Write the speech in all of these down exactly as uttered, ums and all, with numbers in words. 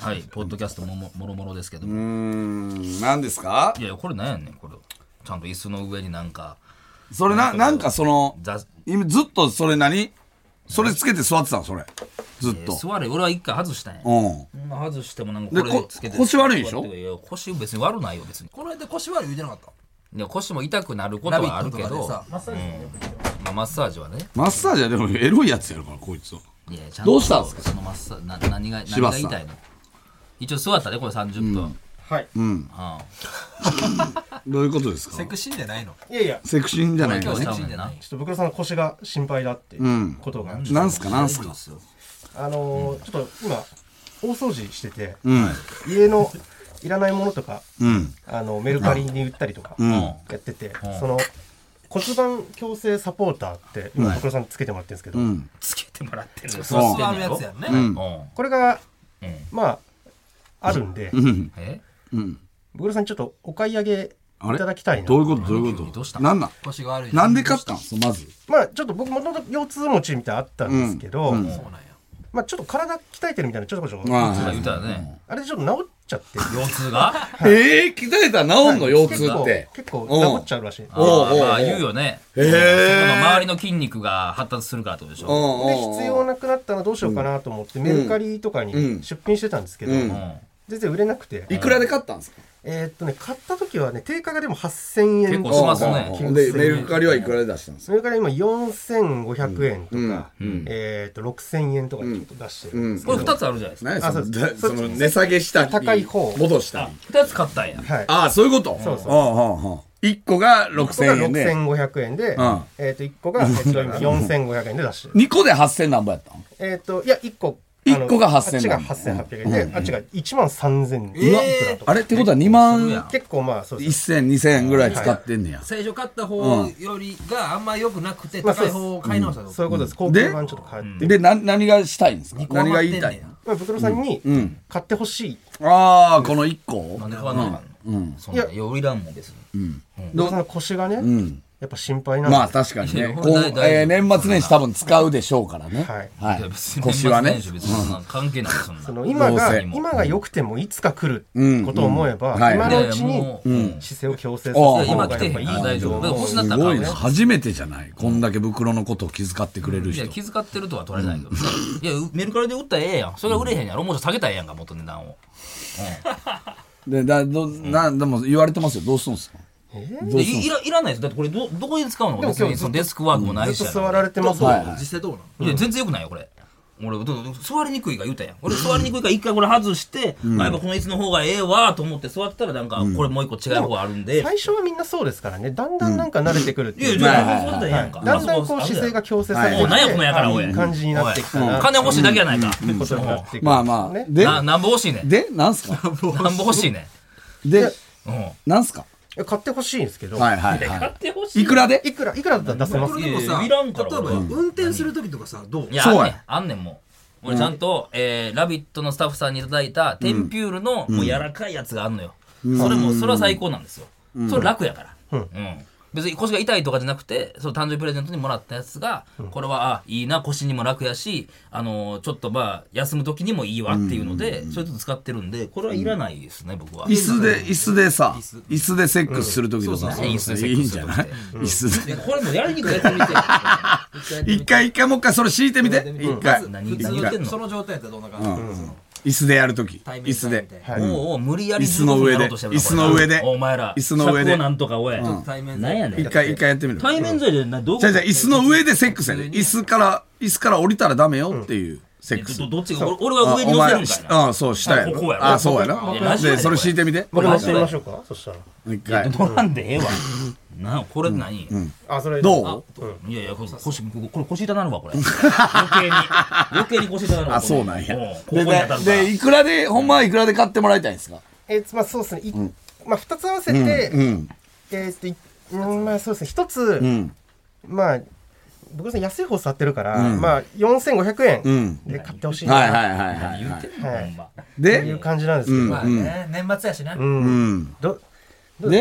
はいポッドキャストもももろもろですけども、 うーん何ですか。 いやいやこれなんやねんこれちゃんと椅子の上になんかそれななんかそのざ今ずっとそれ何それつけて座ってたのそれずっえーと。 座れ俺は一回外したんや、 うんうん、外してもなんかでこれつけてこ腰悪いでしょ。 いや腰別に悪ないよ別に。 この間腰悪い言うてなかった。 いや腰も痛くなることはあるけど、うんマッサージまあ、マッサージはねマッサージはでもエロいやつやるからこいつは。 いやちゃんとどうしたんすかそのマッサージな何が何柴田さんが痛いの。一応座ったねこれさんじゅっぷん、うんはいうんどういうことですか。 セクシーじゃないの。 いやいやセクシーじゃない今のね。 日セクシーでなちょっとブクロさんの腰が心配だっていうことが、 なんすかなんすか。 あのーちょっと今大掃除してて、 うん家のいらないものとかうんあのメルカリに売ったりとかうんやってて、その骨盤矯正サポーターって今ブクロさんにつけてもらってるんですけど、 うんつけてもらってるそう座ってんあねやろるやつやんね。 うんうんこれがうんまああるんで、 うんえうんブクロさんにちょっとお買い上げいあれただきたいな。 どういうことどういうことどうしたなんなん腰が悪い。 なんで買ったんすまず。 まあちょっと僕もともと腰痛持ちみたいなのあったんですけど、 うんうんそうなんや。 まあちょっと体鍛えてるみたいなちょっとちょっとまあ言うたらねあれでちょっと治っちゃって腰痛がええ鍛えたら治んの腰痛って。 結構結構治っちゃうらしい。 あおうおうおうーまあ言うよねへえそこの周りの筋肉が発達するからってことでしょで必要なくなったらどうしようかなと思ってメルカリとかに出品してたんですけど、 うんうん全然売れなくて、 いくらで買ったんですか。 えーっとね買った時はね定価がでもはっせんえん結構しますねうんでメルカリはいくらで出したんですか。 メルカリ今よんせんごひゃくえんとか、 うんえーっとろくせんえんとかちょっと出してるんですけど、 これふたつあるじゃないですか何そのあそうですだその値下げしたり高い方戻したり。 ふたつ買ったんやはいああそういうこと。 そうそうああああ一個が六千円でろくせんごひゃくえんで、 うんえーっといっこが、えーっと今よんせんごひゃくえんで出してる二個で八千何ぼやったの。 えーっといやいっこ一個がはっせんあっちがはっせんはっぴゃくえんで、あっちがいちまんさんぜんいくらとか、 あれってことは二万結構まあそうです一千二千円ぐらい使ってんねや。 最初買った方よりがあんま良くなくてまあ高い方を買い直したの。 そういうことです。高級版ちょっと買って、 でな何がしたいんですか。 二個何が余ってんねや言いたいの。 まあ、ブクロさんにうん買ってほしい。 ああこの一個。 なんで買わなあかんのうんそんないやいらんもん別にブクロさんの腰がね、 うん。 やっぱ心配なんで。 まあ確かにいやね。こう大丈夫えー年末年始多分使うでしょうからね。 はいはいや別に腰はね年末年始別にそんな関係ないそんなその今がどうせ今が良くてもいつか来るうんことを思えば、 うんはい今のうちにいやいやもううん姿勢を矯正させたおう方今来てへんがやっぱいい大丈夫と思う欲しなったらすごいね。 買うよ初めてじゃない。こんだけ袋のことを気遣ってくれる人いや。気遣ってるとは取れないけどねいやメルカリで売ったらええやんそれが売れへんやろもうちょっと下げたらええやんか元値段をでだどなでも言われてますよ。どうするんですか。 でいいらいらないですだってこれどどこに使うのでも別にそのデスクワークもないしずっと座られてますもんはいはい実際どうなの？ いや全然よくないよこれ俺どど座りにくいが言うたやん俺座りにくいから一回これ外して、あやっぱこの椅子の方がええわと思って座ったらなんかこれもう一個違う方があるんで、 最初はみんなそうですからね。だんだんなんか慣れてくるっていう。 いやじゃあはいはい座ったらええやんか、 だんだんこう姿勢が矯正されておいなんやこのやからおいいい感じになってきたな。 金欲しいだけやないか、 ことになってくる。 まあまあね。 でななんぼ欲しいねんでなんすか。 なんぼ欲しいねでん、うん、 なんすか。 いや買ってほしいんですけど。 はいはい買はってほしいい。いくらで。 いくらいくらだったら出せますこれでもさ、 いやいやいらんから例えば俺運転する時とかさ、どう？ いやそうやあんねんあんねんもう俺ちゃんと、えーラビット!」のスタッフさんにいただいたテンピュールのもう柔らかいやつがあるのよ、それもそれは最高なんですよ、それ楽やから、うん別に腰が痛いとかじゃなくてその誕生日プレゼントにもらったやつが、これはあいいな腰にも楽やし、あのーちょっとまあ休む時にもいいわっていうので、それと使ってるんでこれはいらないですね僕は。 椅子で椅子でさ椅子でセックスするときとかさうんそうそういいんじゃない。椅子ででこれもやりにくいやつ見て一回一回もう一回それ敷いてみて一回何普通何言ってんのその状態やったらどんな感じ？ 椅子でやるとき対面椅子ではいおうおう無理やり椅子の上でじゅうごふんやろうとしてるな椅子の上でこれお前ら椅子の上で尺をなんとかおい、 対面なんやねん一回一回やってみる。 対面罪でなどうじゃあじゃあ椅子の上でセックスやね。椅子から椅子から降りたらダメよっていうセックス。 どどっちが俺俺は上に乗せるんかいなああそう下やろ。 ここやろあそうやいやな。 ラジオやででそれ敷いてみて。 僕乗ってみましょうか。そしたら。 一回。 乗らんでええわなこれ何、 あそれどう？ いやいやこれ腰これ腰痛なるわこれ余計に余計に腰痛なるわあそうなんや。 ここに当たるからでいくらでほんまはいくらで買ってもらいたいんですか。 えーまあそうですね。いまあ二つ合わせてうんえーっというんまあそうですね。一つうんまあ僕さん安い方座ってるから、 うんまあよんせんごひゃくえうんん。 で買ってほしいな、 はいはいはいはいは言ってんの、 はいほんまっていうで感じなんですけど、 うんまあね、年末やしな。 うんうんどどで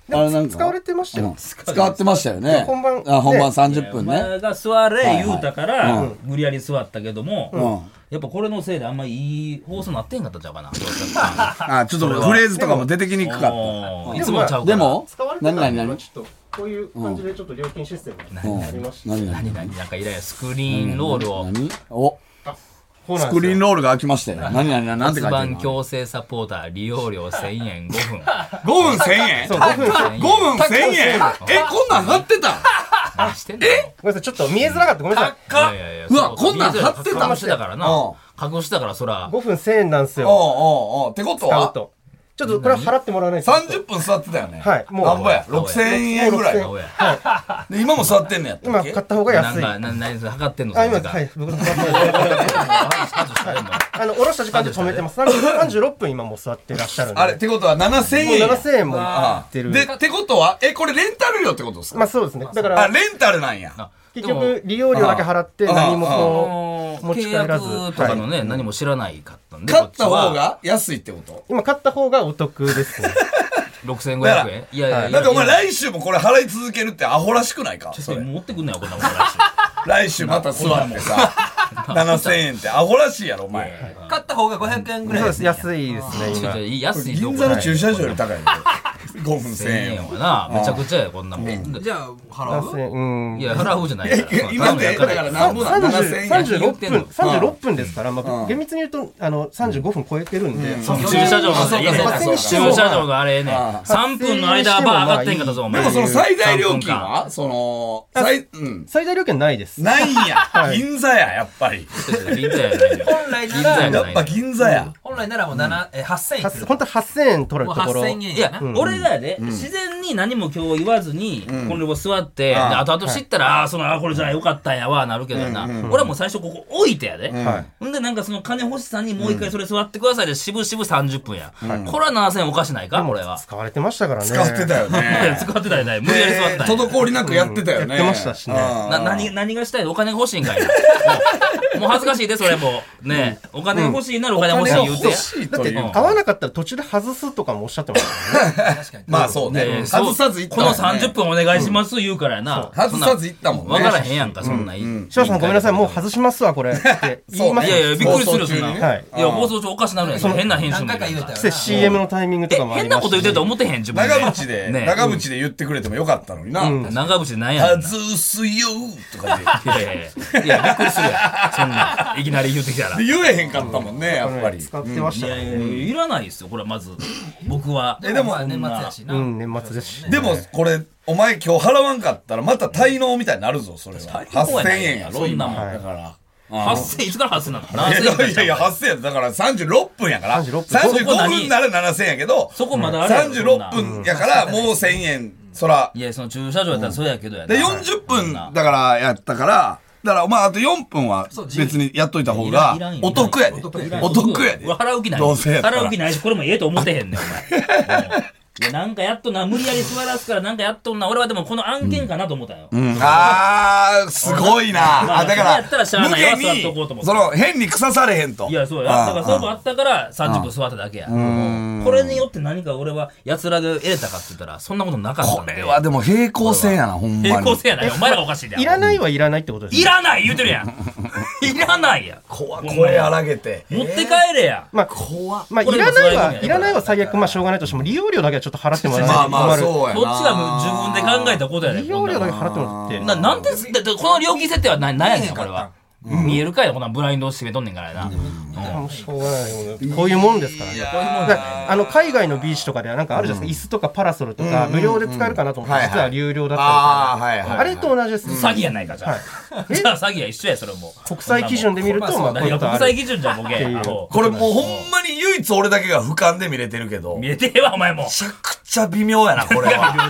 あれなんか使われてましたよ。 使ってましたよね。 本番あ本番ねさんじゅっぷんおね。 前が座れ言うたから、 うん無理やり座ったけども、 うんやっぱこれのせいであんまいい放送なってんかったんちゃうかな。 あ、ちょっとフレーズとかも出てきにくかっおーいつもちゃうから。 た。でも使われてた何何何ちょっとこういう感じでちょっと料金システムがうんありまして、 何何何何なんかイライラスクリーンロールを何おそうなんですよスクリーンロールが開きましたよ。何何何なんて書骨いてるの盤矯正サポーター利用料せんえんごふん。 ごふんせんえんそうごふんごふんせんえんえ、こんなん貼ってた何してんの？ ごめんなさい、ちょっと見えづらかった。ごめんなさい。 いやいやいやうわそうこんなん貼ってた隠してたからうんな。隠してたからそら。 ごふんせんえんなんですよ。 おうおうおうってことは使うと。ちょっとこれは払ってもらわないと。 さんじゅっぷん座ってたよね。 はいもうなんぼやろくせんえんぐらい。 おやで今も座ってんのやったっけ今買った方が安い。 なんか、な、な、測ってんのあ、今、 その時間はい。僕の買ったあの、下ろした時間で止めてます。さんじゅうろっぷん今もう座ってらっしゃるんで。 あれってことはななせんもうえんや。 ななせんえんもいあってる。 で、ってことは、え、これレンタル料ってことですか？ まあそうですね。だかあ、 ら、 レンタルなんや。 結局、利用料だけ払って何もこう、持ち帰契らず。 約とかのね、何も知らないかったんで。 買った方こっちはが安いってこと今買った方がお得ですね。 ろくせんごひゃくえんいやいやいや。 だってお前来週もこれ払い続けるってアホらしくないかそれ。 ちょっと持ってくんなよ、こんなもん来週。 来週また座ってさ、ななせんえんってアホらしいやろ、お前。 買った方がごひゃくえんぐらいそうです。安いですね、今。 ちょちょ安いとこ銀座の駐車場より高いよ。ごふんせんせんええんんはな、めちゃくちゃや、こんなもん。 じゃあ払う安い。うん。 いや、払うじゃないから。 今で、だからなんぼなんななせんえん。 さんじゅうろっぷん、さんじゅうろっうぷんですから、まあ、厳密に言うと、あの、さんじゅうごふん超えてるんで、 駐車場のあそうかいいねそうかそうか駐車場のあれねあ、 さんぷんの間はバー上がってんかったぞ、お前。 でもその最大料金はその、最、うん。 最大料金ないです。 ないんや。 い銀座や、やっぱり。 銀座やないよ。 本来銀なら座やないやっぱ銀座や。 本来ならもうななえはっせんえんいってる本当ははっせんえん取るもうところ。 はっせんえんいややな、 俺がやで、自然に何も今日言わずに、これを座って、でああ後々知ったら、ああ、その、あこれじゃあよかったんやわ、なるけどな。俺はもう最初ここ置いてやで。 はい。 ほんで、なんかその金欲しさにもう一回それ座ってくださいで、しぶしぶさんじゅっぷんや。これはななせんえんおかしないかこれは。 使われてましたからね。 使ってたよいやね。 使ってたよね。無理やり座ってたんや。 滞りなくやってたよね。 やってましたしねうんな、何、何がしたいのお金が欲しいんかいな。もうもう恥ずかしいで、それも。ねえお金が欲しいならお金欲しい言うてや。 欲しいといううん合わなかったら途中で外すとかもおっしゃってましたよね。 確かにまあそうねね。 外さず行ったこのもんね。 さんじゅっぷんお願いします言うからやな。 外さず行ったもんね。 わからへんやんか、そんな。い翔さんごめんなさい、もう外しますわ、これ。って言いました。 いやいや、びっくりするよ、そんな。 放送中にねはいいや、放送中おかしなるやん。その変な編集も何回か言うたよで シーエム のタイミングとえ、 かもあり変ましたなこと言ってると思ってへん、自分で。 長渕で、 ね長渕で言ってくれてもよかったのにな。 長渕でなんやねんな。 外すよとかで。 いやいやいや、いや、びっくりするやん。そんな、いきなり言ってきたら。 で言えへんかったもんね、やっぱり。 使ってましたからね。 いやいやいや、いらないですよ、これはまず。僕は。 えでもまあ年末やしなうん、年末ですし。 でも、これ、お前今日払わんかったら、また滞納みたいになるぞ、それは。 滞納やないはっせんえんやろ、今。 そんなもんだから。 はっせん、いつからはっせんなのいやいやいや、はっせんやだからさんじゅうろっぷんやから。 さんじゅうろっぷんさんじゅうごふんならななせんやけど、 そこまだあれやろさんじゅうろっぷんやから、もうせんえん、そら。 いや、その駐車場やったらそうやけどやな。 で、よんじゅっぷんだからやったから、だから、まあ、あとよんぷんは別にやっといた方がいらんよお得やで。 お得やお得やで。 俺払う気ない。 どうせやったら払う気ないし、これもええと思ってへんねん、お前。うんいや、なんかやっとな、無理やり座らすからなんかやっとんな。俺はでもこの案件かなと思ったよ。 あー、すごいな。 まああ、だからそれやったらしゃあないわ無座っとこうと思って限に、その、変に腐されへんと。 いや、そうや。だからそういうのあったからさんじゅっぷん座っただけや。これによって何か俺は奴らが得れたかって言ったら、そんなことなかったんで。 これはでも平行線やな、ほんまに。 平行線やない。お前らがおかしいで。 いらないはいらないってことですね。 いらない言うてるやん。いらないやん。 怖声荒げて。 持って帰れや。 まあ、 怖まあ、いこれもらないは、 そういうもんやいらないは最悪、まあ、しょうがないとしても、利用料だけはちょっと払ってもらわないとまあまあ、 困る。 そうやな。 こっちがもう自分で考えたことやねん。 利用料だけ払ってもらって。 な、なんで、だだこの料金設定はな、なんやねん、これは。見えるかいな、こんなブラインドを閉めとんねんからな。 もうしょうがないもんこういうもんですからね。 こういうもんだかじゃないらあの海外のビーチとかではなんかあるじゃないですか、椅子とかパラソルとか無料で使えるかなと思って、実は有料だったりとあー、はいか、 はい。 あれと同じです。 詐欺やないか、じゃあ。じゃあ詐欺や一緒や、それも。 国際基準で見ると、まあ、こう何が国いうことある。 際基準じゃん、ボケ。 いうアホこれもうほんまに唯一俺だけが俯瞰で見れてるけど、め見えてえわ、お前も。 ちゃくちゃ微妙やな、これいやは。 微妙じゃん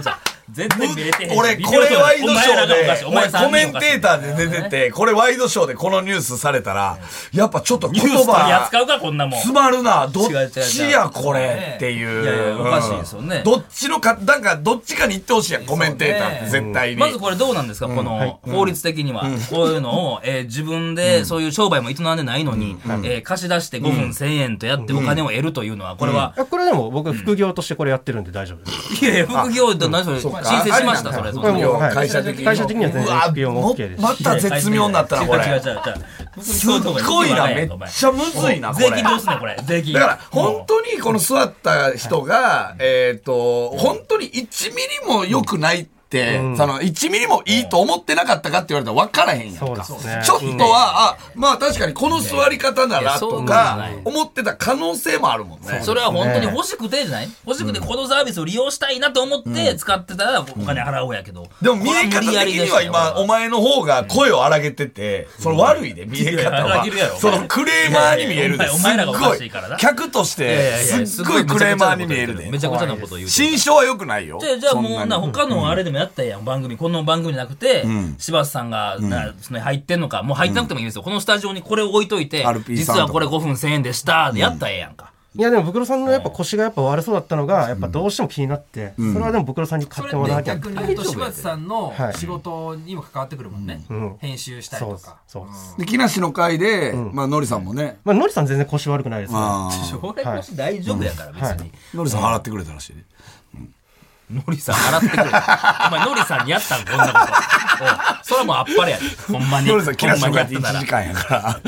全然見れてへん。 俺、これワイドショーで、 お前らがおかしいお前さんコメンテーターで出てて、これワイドショーでこのニュースされたら、やっぱちょっと言ニュース取り葉、 扱うか、こんなもん。 詰まるな。どっ違う違う違うちや、これっていう。 いやいやおかしいですよねどっちのか、なんか、どっちかに言ってほしいやん、コメンテーターって絶対に。 まずこれどうなんですか、この法律的には。こういうのを、えー自分でそういう商売も営んでないのに、えー貸し出してごふんせんえんとやってお金を得るというのは、これは。 これでも僕副業としてこれやってるんで大丈夫です。 いやいや、副業って何それ、申請しました、それ。 これもうはい会社的に会社的には全うわ然副業も OK ですし。 また絶妙になったな、これ。 違う違う違う違う。 すっごいな、めっちゃむずいな、これ。 税金どうすんねん、これ。税金。 だから、本当にこの座った人が、えっと、本当にいちミリも良くないって、そのいちミリもいいと思ってなかったかって言われたら分からへんやんか。 そうですねちょっとは、あ、まあ確かにこの座り方ならとか、思ってた可能性もあるもんね。 それは本当に欲しくてじゃない欲しくてこのサービスを利用したいなと思って使ってたらお金払う方やけど。 でも見え方的には今、お前の方が声を荒げてて、その悪いで、見え方は。そのクレーマーに見えるで。すっごい。客として、すっごいクレーマーに見えるで。 めちゃくちゃなこと言う。 心象は良くないよ。 じゃあ、じゃあもうな、他のあれでもやったやん、番組。この番組じゃなくて、柴田さんがなその入ってんのか、もう入ってなくてもいいんですよ。このスタジオにこれを置いといて、実はこれごふんせんえんでした、でやったらええやんか。 いやでもブクロさんのやっぱ腰がやっぱ悪そうだったのがやっぱどうしても気になって、それはでもブクロさんに買ってもらわなきゃ。 逆に言うと柴田さんの仕事にも関わってくるもんね、編集したりとか。 そうですで木梨の会で、まあのりさんもね、 まあのりさん全然腰悪くないですあ俺腰大丈夫やから別に。 のりさん払ってくれたらしいで。 のりさん払ってくれ。お前のりさんにやったんこんなこと。おそれはもうあっぱれやで。ほんまに。 のりさん木梨の会っていちほんまにやったならじかんやから。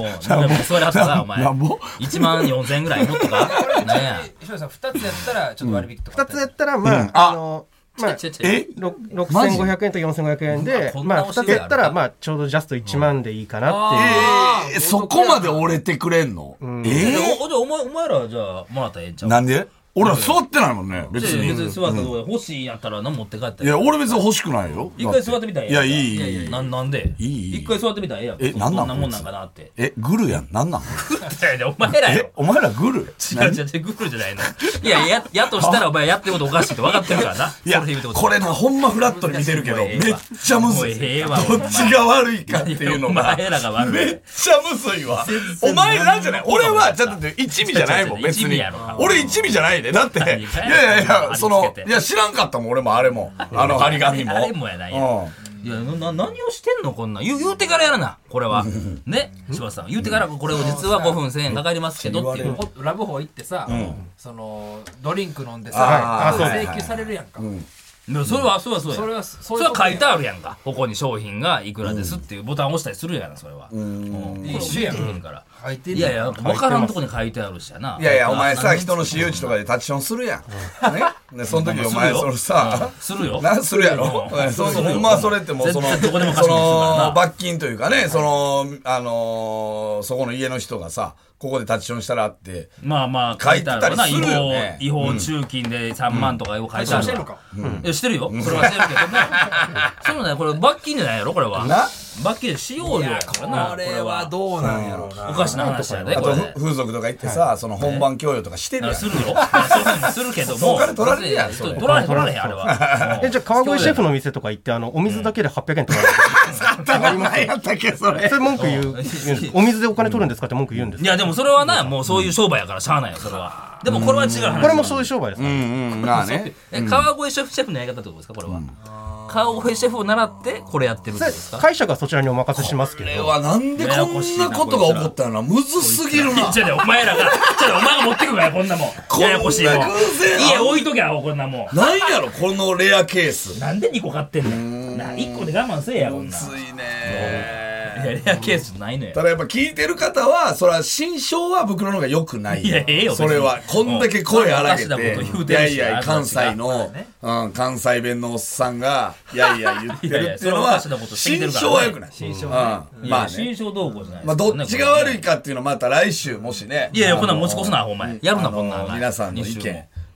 もう、もう座りはったな、お前なんぼ。 いちまんよんせんえんぐらいもっとかなんや。 柴田さんふたつやったらちょっと割引とか。 ふたつやったらまあ、あのまあ、 えろくせんごひゃくえんとよんせんごひゃくえんで、まあふたつやったらまあちょうどジャストいちまんでいいかなっていう。 えー、そこまで折れてくれんの、えー、 じゃあお前お前らじゃあもらったらええんちゃう。 なんで俺ら座ってないもんね、別に。 別に座ったところで欲しいんやったら何持って帰ったら。 いや、俺別に欲しくないよ。 一回座ってみたらええいや、 ん。 いい、 いやいや、ななんでいい一回座ってみたらええやん。 えなんなんこんなもんなんかなって。 え、グルやん。なんなんいやいやお前らよえ、。お前らグル違う違う違う、グールじゃないの。いや、や、やとしたらお前やってることおかしいって分かってるからな。 いやそれ言うてことこれな、ほんまフラットに見てるけど、 もうええわめっちゃむずい。 もうええわどっちが悪いかっていうのおが。 前らが悪いめっちゃむずいわ。お前なんじゃない俺は、ちょっと一味じゃないもん、別に一味やろ。 俺一味じゃないで。だって、いやいやいや、その、いや、知らんかったもん、俺もあれも。あの、張り紙も。 あれもやないや。 うんいや、な、何をしてんのこんなん。言う、言うてからやらな、これは。ね柴田さん。言うてからこれを実はごふんせんえんかかりますけどっていう。 ラブホ行ってさ、そのドリンク飲んであさ、 ー請求されるやんか。 でもそれは、それはそうや。 それはそれは書いてあるやんか。ここに商品がいくらですっていうボタンを押したりするやん、それは。うん一緒やんこれ見えへんから。 入ってんいやいや、分からんとこに書いてあるしやな。 いやいや、お前さ、 あ人の私有地とかでタッチションするやん。ね。で、その時お前、そのさ、 するよ。 な、するやろうんそうそう、ほんまはそれってもう、その、 絶対どこでもそ貸しにするからなの、罰金というかね、その、あのー、そこの家の人がさ、ここでタッチションしたらって、 まあまあ、書いてあるわな。違書いてたりするよ法ね、 違法中金でさんまんとかを書いてあるわしてんのか。 いや、してるよ。それはしてるけども。そのね、これ罰金じゃないやろ、これは。 な罰金で使用料やからな。 これはどうなんやろうな。 おかしな話やで、 あと、 これ。 風俗とか行ってさ、その本番供与とかしてるやん。 するよ。そういうのするけども。 お金取られるやんそれ取られへん、取られへん、あれは。 えじゃあ川越シェフの店とか行ってあのお水だけではっぴゃくえんとか何やったっけ、それ。 それ文句言う言うんですお水でお金取るんですかって文句言うんですいや、でもそれはな、もうそういう商売やからしゃあないよ、それは。でもこれは違う話。 これもそういう商売ですかうんうん、まあね。 え、川越シェフシェフのやり方ってことですか、これは。川越シェフを習って、これやってるってことですか。 会社がそちらにお任せしますけどこれはなんでこんなことが起こったのな、むずすぎるな。 ちょっとお前らが、ちょっとお前が持ってくるから、こんなもん。ややこしいもん。 こんな偶然家置いときゃ、こんなもん。 なんやろ、このレアケース。 なんでにこ買ってんのな、いっこで我慢せえや、こんなん。 ついいねや、レアケースないのよ。 ただやっぱ聞いてる方は、それは心象は袋の方が良くないよ。 いやええよそれは、こんだけ声荒げうんおかしなこと言うて、いてるしやいや、関西の、うん、関西弁のおっさんが、いやいや言ってるっていうのは、 いやいやそれはおかしなことしてきて心るからね象は良くない。 心象うん。 いまや、 あね。 心象動向じゃないまあ、どっちが悪いか。 かっていうのはまた来週もしね。 いやいや、 あのこんなん持ち越すな、お前。やるな、こんなん。 あの皆さんの意見あっ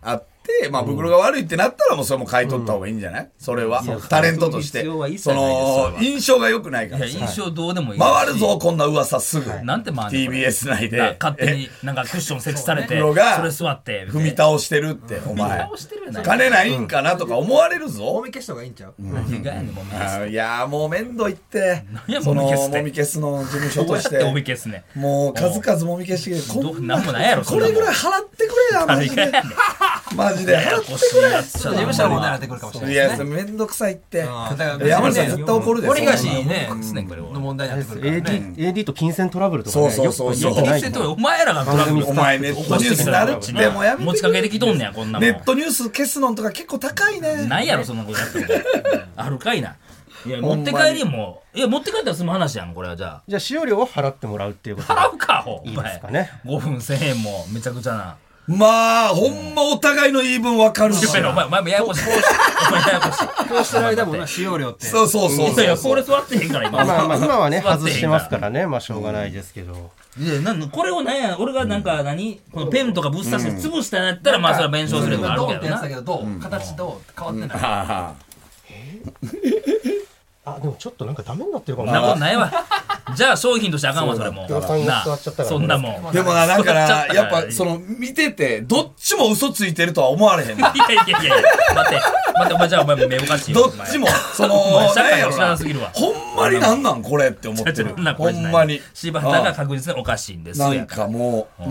て、まあ袋が悪いってなったらもうそれも買い取った方がいいんじゃない？それはタレントとしてその印象が良くないから。 印象どうでもいい。 回るぞこんな噂すぐ。 なんて回る？ ティービーエス 内で勝手になんかクッション設置されて袋がそれ座って踏み倒してるってお前。金ないんかなとか思われるぞ。 もみ消した方がいいんちゃう？ 何がやねんもみ消す。 いやもう面倒いって。 そのもみ消すの事務所として。 もみ消すね。 もう数々もみ消しこなんもないやろ。 これぐらい払ってくれやマジで。マジで払ってくれ。 事務所に慣れてくるかもしれない。 いやめんどくさいって。山下さん絶対怒るで。 俺がしねの問題になってくるからね。 エーディー と金銭トラブルとかね。そうそうそう。 金銭トラブルお前らがトラブル。 お前ネットニュースなるってもうやめて。 持ちかけてきとんねやこんなもん。 ネットニュース消すのとか結構高いね。 ないやろそんなことやっても。あるかいな。いや持って帰りもいや持って帰ったら済む話やんこれは。じゃあじゃあ使用料を払ってもらうっていうこと払うかほいいですかね。 ごふんせんえんもめちゃくちゃな。 まあほんまお互いの言い分分かるし。 お前お前もややこしい。お前ややこしい。 こうしてる間もな使用料って。 そうそうそう。 いやいやこれ座ってへんから今。 まあまあ今はね外してますからねまあしょうがないですけど。 いやなんこれをなんや俺がなんか何このペンとかぶっ刺して潰したんやったらまあそれは弁償するとかあるけどな。 けどどう形どう変わってない。 あでもちょっとなんかダメになってるかも。 なことないわ。じゃあ商品としてあかんわそれも。なそんなもん。 でもなだからやっぱその見ててどっちも嘘ついてるとは思われへん。いやいやいやいや待って待ってお前じゃあお前目おかしい。 どっちもその社会が知らなすぎるわ。 ほんまになんなんこれって思ってる。ほんまに柴田が確実におかしいんです。 なんかもううん。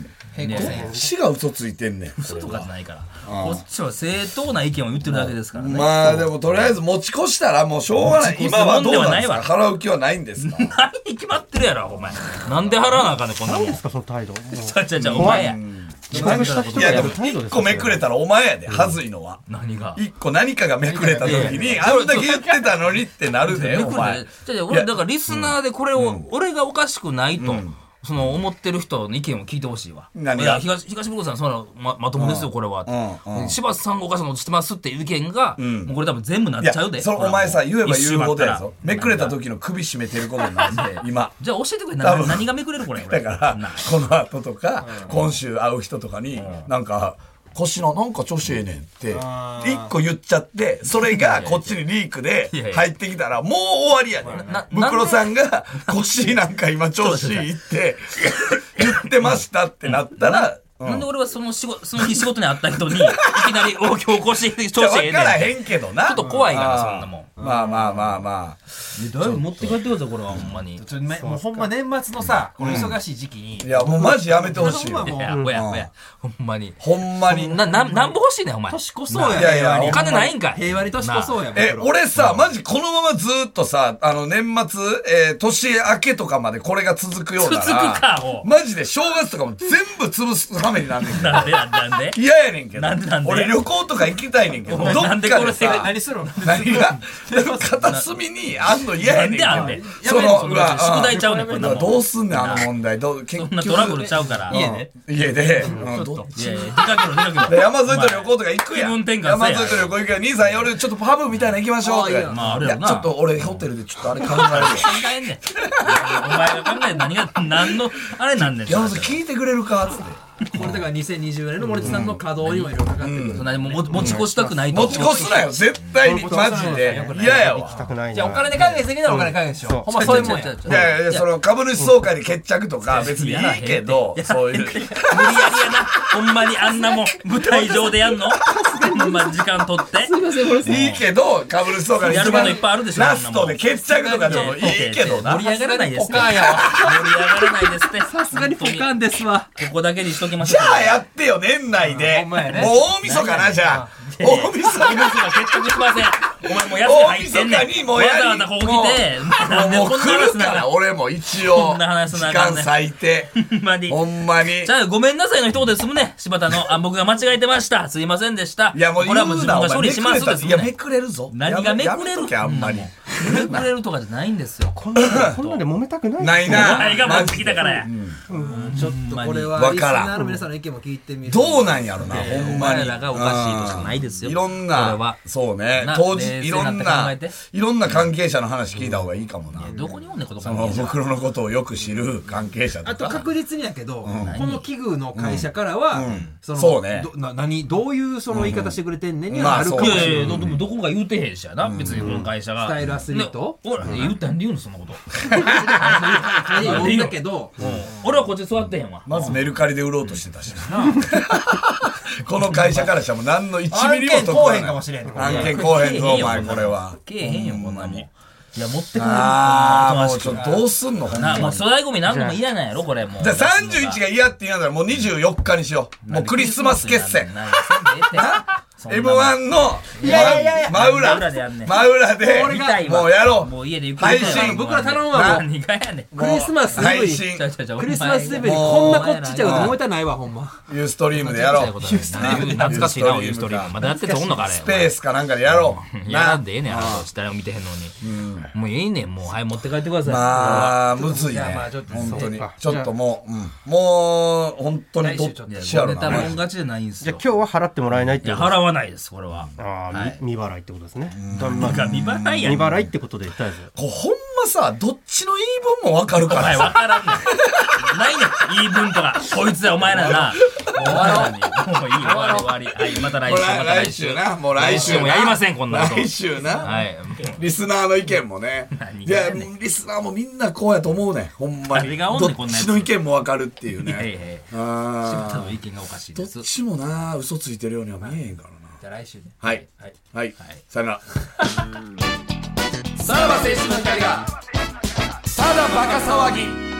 こっちが嘘ついてんねん。 嘘とかじゃないから。こっちは正当な意見を言ってるだけですからね。 まあでもとりあえず持ち越したらもうしょうがない。今はどうなんですか？払う気はないんですか？ 何に決まってるやろお前。なんで払わなあかんねんこんなもん。 何ですかその態度。 ちゃちゃちゃお前や。 いやでも一個めくれたらお前やではずいのは。 何が？ 一個何かがめくれた時にあんだけ言ってたのにってなるでお前。 じゃ俺だからリスナーでこれを俺がおかしくないと。その思ってる人の意見を聞いてほしいわ。 何が東東袋さんその ま, まともですよこれは。柴田さんがおかしなことしてますっていう意見が、うん、もうこれ多分全部なっちゃうで。 それお前さ言えば言うほどやぞ。めくれた時の首絞めてることになるんで今。 じゃあ教えてくれ何何がめくれるこれ。 だからこの後とか、うん、今週会う人とかに、うん、なんか。腰のなんか調子ええねんって一個言っちゃってそれがこっちにリークで入ってきたらもう終わりやねん。ブクロさんが腰なんか今調子いいって言ってましたってなったらなんで俺はその仕事その日仕事に会った人にいきなり大きい腰調子ええねんって分からへんけどな。 ちょっと怖いからそんなもん。 まあまあまあまあだいぶ持って帰ってくださいこれはほんまに。 もうほんま年末のさこの忙しい時期にいやもうマジやめてほしいよ。 いやおやおやほんまにほんまになななんぼ欲しいねんお前。 年越そうや。 いやいやお金ないんかい。 平和に年越そうや。 え俺さマジこのままずっとさあの年末え年明けとかまでこれが続くようなら続くかマジで正月とかも全部潰すためになんねんけど。 なんでなんで嫌やねんけど。 なんでなんで俺旅行とか行きたいねんけどどっかでさ何するの何が片隅にあんの嫌やねんけど。 なんであんねん。 その宿題ちゃうねんこんなもん。 どうすんねんあの問題。どそんなトラブルちゃうから家で家でどっち出かけろ出かけろ。 山沿いと旅行とか行くやん。山沿いと旅行行くやん。兄さん夜ちょっとパブみたいな行きましょうとか。 まああれやな。 ちょっと俺ホテルでちょっとあれ考えるわ。 考えんねん。お前が考えて何が何のあれなんねん。 山沿い聞いてくれるかっつって。 これだからにせんにじゅうねんの森田さんの稼働にもいろいろかかってくる。 そんなに持ち越したくないと。 持ち越すなよ絶対にマジで嫌やわ。 じゃあお金で解決できたらお金解決しよう。ほんまそういうもんや。 いやいやその株主総会で決着とか別にいいけどそういう無理やりやなほんまにあんなもん舞台上でやんのほんま時間取って。 すいません森さん。 いいけど株主総会でやることいっぱいあるでしょ。 ラストで決着とかでもいいけどな。 盛り上がらないですって。 ポカンやわ。 盛り上がらないですって。 さすがにポカンですわ。 ここだけにしときましょう。 じゃあやってよ年内で。もう大晦日なじゃあ。大晦日が決着しません。お前もう休み入ってんねん。 大晦日にもうやりわざわざここ来てもう来るから俺も一応時間割いてほんまにほんまにじゃあごめんなさいの一言で済むね。柴田のあ僕が間違えてましたすいませんでした。 いやもうこれはもう自分が処理しますですいやめくれるぞ。 何がめくれるあんまりひねくれるとかじゃないんですよ。 こんなこんなで揉めたくない。 ないな。 お前が持ってきたからや。 ちょっとこれはリスナーの皆さんの意見も聞いてみる。 どうなんやろな、ほんまに。 お前らがおかしいとしかないですよ。 いろんな、そうね、当時いろんな、いろんな関係者の話聞いた方がいいかもな。 どこにおんねん、ことその袋のことをよく知る関係者とか。 あと確実にやけど、この器具の会社からは、 そうね。 何、どういうその言い方してくれてんねんにはあるかもしれない。 いやいや、どこが言うてへんしやな、別にこの会社が。 スタイルアスリートほら、言ったんで言うの、そんなこと。 言うんだけど、 俺はこっち座ってへんわ。 まずメルカリで売ろうとしてたしこの会社からしたらもう何のいちミリも得こうへんかもしれん。 案件こうへんぞお前これはけえへんよこんなもん。いや持ってくる。 ああもうちょっとどうすんのほんまに。 もう粗大ゴミなんのも嫌なんやろこれもう。 じゃあさんじゅういちが嫌って言うんだらもうにじゅうよっかにしよう。もうクリスマス決戦。エムワン の真裏真裏でもうやろう。 もう家でゆっくり配信僕ら頼むわ。 何がやねん。 クリスマスイブにクリスマスイブにこんなこっちっちゃいこと思いたないわほんま。 ユーストリームでやろう。 懐かしいなユーストリーム。まだやってておんのかあれ。 スペースかなんかでやろう。やらんでええねん。誰も見てへんのに。もうええねんもうはい持って帰ってください。 まあむずいね。本当にちょっともうもう本当にどっちやろな。 ネタもん勝ちじゃないんですよ。 じゃあ今日は払ってもらえないってこと。 払わないですこれは。 ああ未払いってことですね。 未払いや。 未払いってことで言ったやつ。 こうほんまさどっちの言い分もわかるから。 お前わからんねん。ないねん言い分とか。こいつはお前らな。もう終わりもういい終わり終わり。はいまた来週また来週な。もう来週もやりませんこんなこと。 来週な。 はい。 リスナーの意見もね。いやリスナーもみんなこうやと思うねんほんまに。どっちの意見もわかるっていうね。 ああ。柴田の意見がおかしいです。 どっちもな嘘ついてるようには見えへんからな。 じゃあ来週ね。 はいはいさよなら。 さらば青春の光がただバカ騒ぎ。